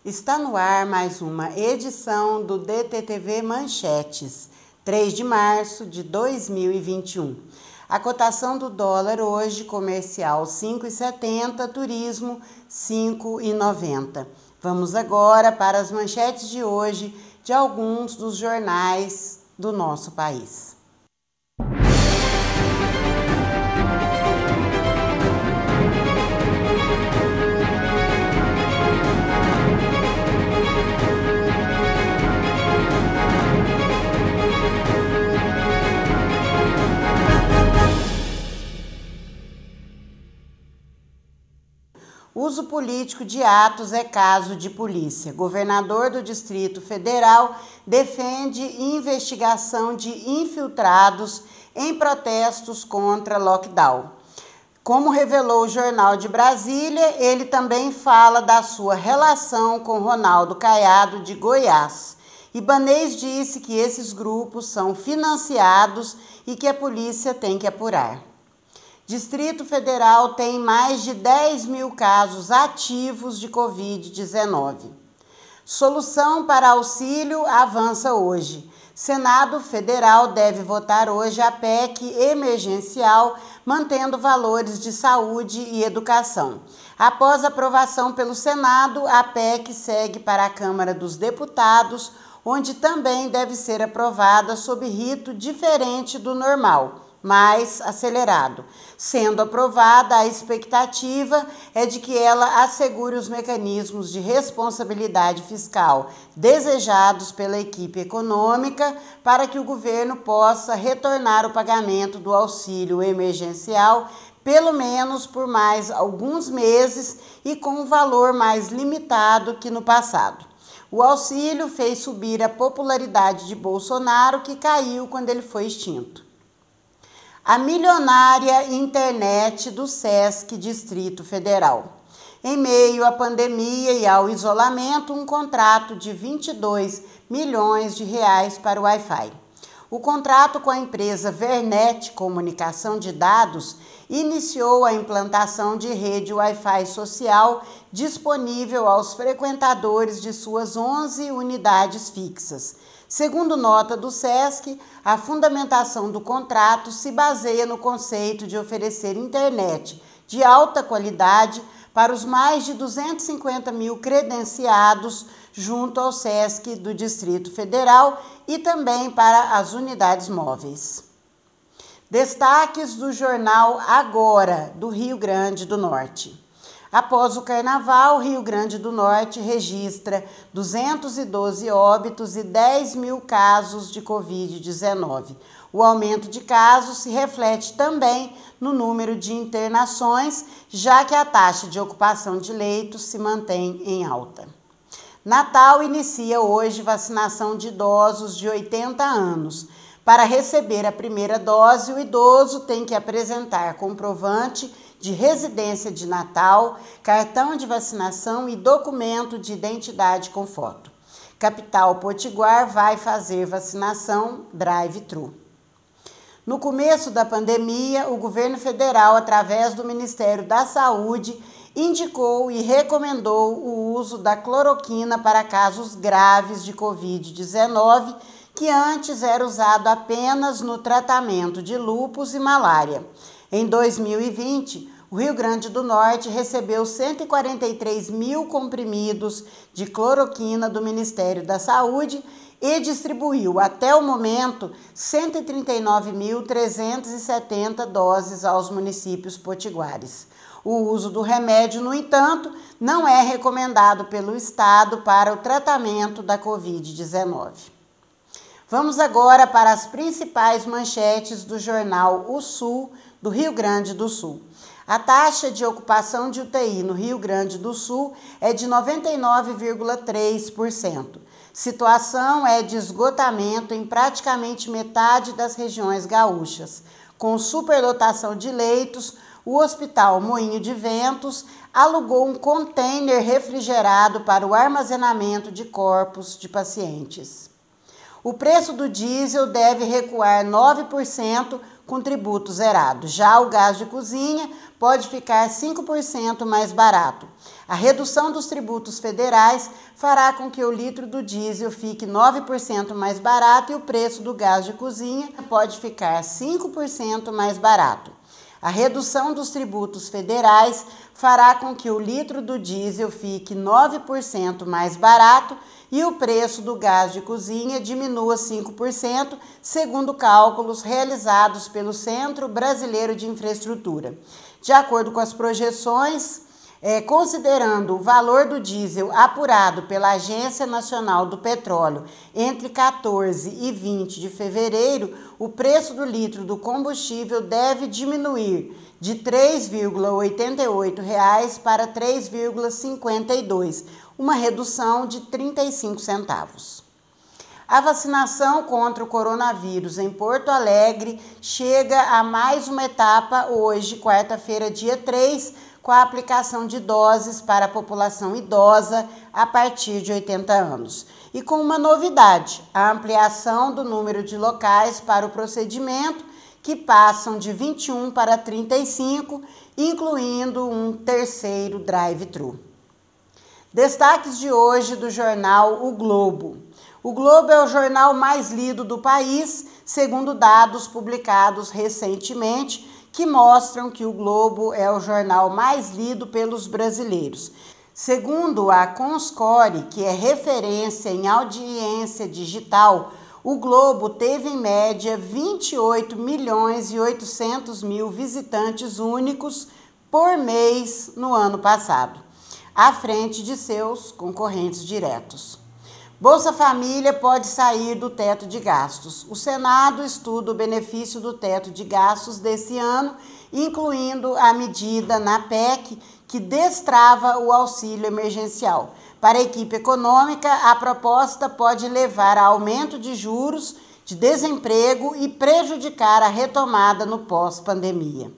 Está no ar mais uma edição do DTTV Manchetes, 3 de março de 2021. A cotação do dólar hoje, comercial 5,70, turismo 5,90. Vamos agora para as manchetes de hoje de alguns dos jornais do nosso país. Uso político de atos é caso de polícia. Governador do Distrito Federal defende investigação de infiltrados em protestos contra lockdown. Como revelou o Jornal de Brasília, ele também fala da sua relação com Ronaldo Caiado de Goiás. Ibanez disse que esses grupos são financiados e que a polícia tem que apurar. Distrito Federal tem mais de 10 mil casos ativos de Covid-19. Solução para auxílio avança hoje. Senado Federal deve votar hoje a PEC emergencial, mantendo valores de saúde e educação. Após aprovação pelo Senado, a PEC segue para a Câmara dos Deputados, onde também deve ser aprovada sob rito diferente do normal, mais acelerado. Sendo aprovada, a expectativa é de que ela assegure os mecanismos de responsabilidade fiscal desejados pela equipe econômica para que o governo possa retornar o pagamento do auxílio emergencial, pelo menos por mais alguns meses e com um valor mais limitado que no passado. O auxílio fez subir a popularidade de Bolsonaro, que caiu quando ele foi extinto. A milionária internet do SESC Distrito Federal. Em meio à pandemia e ao isolamento, um contrato de 22 milhões de reais para o Wi-Fi. O contrato com a empresa Vernet Comunicação de Dados iniciou a implantação de rede Wi-Fi social disponível aos frequentadores de suas 11 unidades fixas. Segundo nota do SESC, a fundamentação do contrato se baseia no conceito de oferecer internet de alta qualidade para os mais de 250 mil credenciados junto ao SESC do Distrito Federal e também para as unidades móveis. Destaques do jornal Agora, do Rio Grande do Norte. Após o Carnaval, Rio Grande do Norte registra 212 óbitos e 10 mil casos de Covid-19. O aumento de casos se reflete também no número de internações, já que a taxa de ocupação de leitos se mantém em alta. Natal inicia hoje vacinação de idosos de 80 anos. Para receber a primeira dose, o idoso tem que apresentar comprovante de residência de Natal, cartão de vacinação e documento de identidade com foto. Capital Potiguar vai fazer vacinação drive-thru. No começo da pandemia, o governo federal, através do Ministério da Saúde, indicou e recomendou o uso da cloroquina para casos graves de Covid-19, que antes era usado apenas no tratamento de lúpus e malária. Em 2020, o Rio Grande do Norte recebeu 143 mil comprimidos de cloroquina do Ministério da Saúde e distribuiu, até o momento, 139.370 doses aos municípios potiguares. O uso do remédio, no entanto, não é recomendado pelo Estado para o tratamento da Covid-19. Vamos agora para as principais manchetes do jornal O Sul, do Rio Grande do Sul. A taxa de ocupação de UTI no Rio Grande do Sul é de 99,3%. Situação é de esgotamento em praticamente metade das regiões gaúchas. Com superlotação de leitos, o Hospital Moinho de Ventos alugou um container refrigerado para o armazenamento de corpos de pacientes. O preço do diesel deve recuar 9% com tributo zerado. Já o gás de cozinha pode ficar 5% mais barato. A redução dos tributos federais fará com que o litro do diesel fique 9% mais barato e o preço do gás de cozinha pode ficar 5% mais barato. A redução dos tributos federais fará com que o litro do diesel fique 9% mais barato e o preço do gás de cozinha diminua 5%, segundo cálculos realizados pelo Centro Brasileiro de Infraestrutura. De acordo com as projeções, considerando o valor do diesel apurado pela Agência Nacional do Petróleo entre 14 e 20 de fevereiro, o preço do litro do combustível deve diminuir de R$ 3,88 para R$ 3,52, uma redução de 35 centavos. A vacinação contra o coronavírus em Porto Alegre chega a mais uma etapa hoje, quarta-feira, dia 3, com a aplicação de doses para a população idosa a partir de 80 anos. E com uma novidade, a ampliação do número de locais para o procedimento, que passam de 21 para 35, incluindo um terceiro drive-thru. Destaques de hoje do jornal O Globo. O Globo é o jornal mais lido do país, segundo dados publicados recentemente, que mostram que o Globo é o jornal mais lido pelos brasileiros. Segundo a Comscore, que é referência em audiência digital, o Globo teve em média 28.800.000 visitantes únicos por mês no ano passado, à frente de seus concorrentes diretos. Bolsa Família pode sair do teto de gastos. O Senado estuda o benefício do teto de gastos desse ano, incluindo a medida na PEC que destrava o auxílio emergencial. Para a equipe econômica, a proposta pode levar a aumento de juros, de desemprego e prejudicar a retomada no pós-pandemia.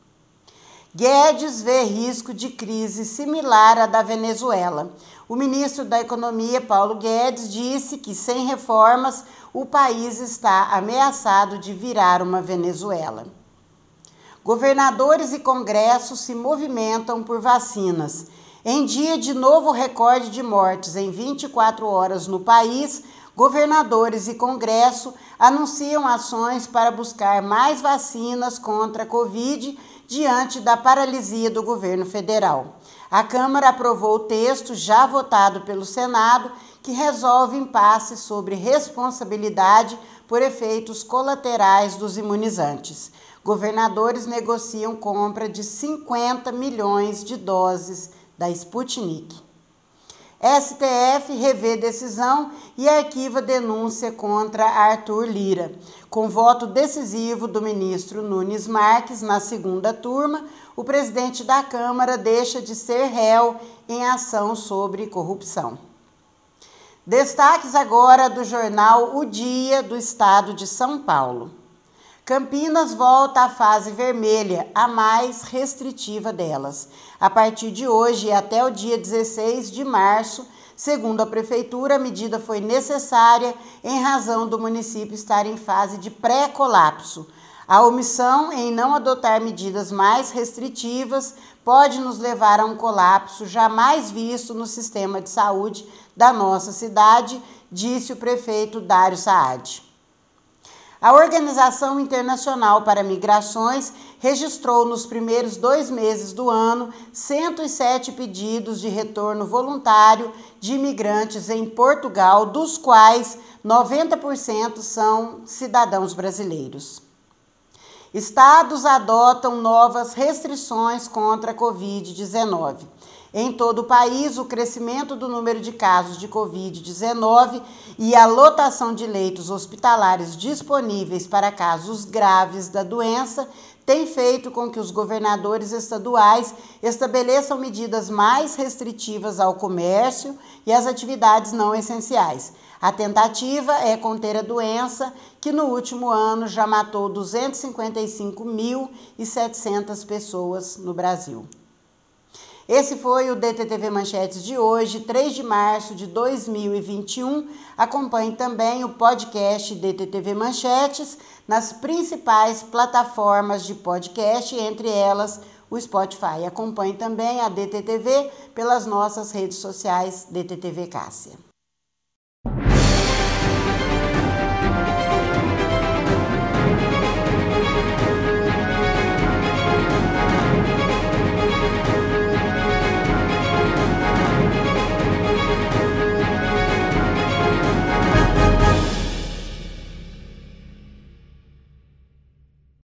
Guedes vê risco de crise similar à da Venezuela. O ministro da Economia, Paulo Guedes, disse que sem reformas o país está ameaçado de virar uma Venezuela. Governadores e Congresso se movimentam por vacinas. Em dia de novo recorde de mortes em 24 horas no país, governadores e Congresso anunciam ações para buscar mais vacinas contra a Covid diante da paralisia do governo federal. A Câmara aprovou o texto já votado pelo Senado, que resolve impasse sobre responsabilidade por efeitos colaterais dos imunizantes. Governadores negociam compra de 50 milhões de doses da Sputnik. STF revê decisão e arquiva denúncia contra Arthur Lira. Com voto decisivo do ministro Nunes Marques na segunda turma, o presidente da Câmara deixa de ser réu em ação sobre corrupção. Destaques agora do jornal O Dia do Estado de São Paulo. Campinas volta à fase vermelha, a mais restritiva delas. A partir de hoje e até o dia 16 de março, segundo a Prefeitura, a medida foi necessária em razão do município estar em fase de pré-colapso. A omissão em não adotar medidas mais restritivas pode nos levar a um colapso jamais visto no sistema de saúde da nossa cidade, disse o prefeito Dário Saad. A Organização Internacional para Migrações registrou nos primeiros 2 meses do ano 107 pedidos de retorno voluntário de imigrantes em Portugal, dos quais 90% são cidadãos brasileiros. Estados adotam novas restrições contra a Covid-19. Em todo o país, o crescimento do número de casos de Covid-19 e a lotação de leitos hospitalares disponíveis para casos graves da doença tem feito com que os governadores estaduais estabeleçam medidas mais restritivas ao comércio e às atividades não essenciais. A tentativa é conter a doença, que no último ano já matou 255.700 pessoas no Brasil. Esse foi o DTTV Manchetes de hoje, 3 de março de 2021. Acompanhe também o podcast DTTV Manchetes nas principais plataformas de podcast, entre elas o Spotify. Acompanhe também a DTTV pelas nossas redes sociais DTTV Cássia.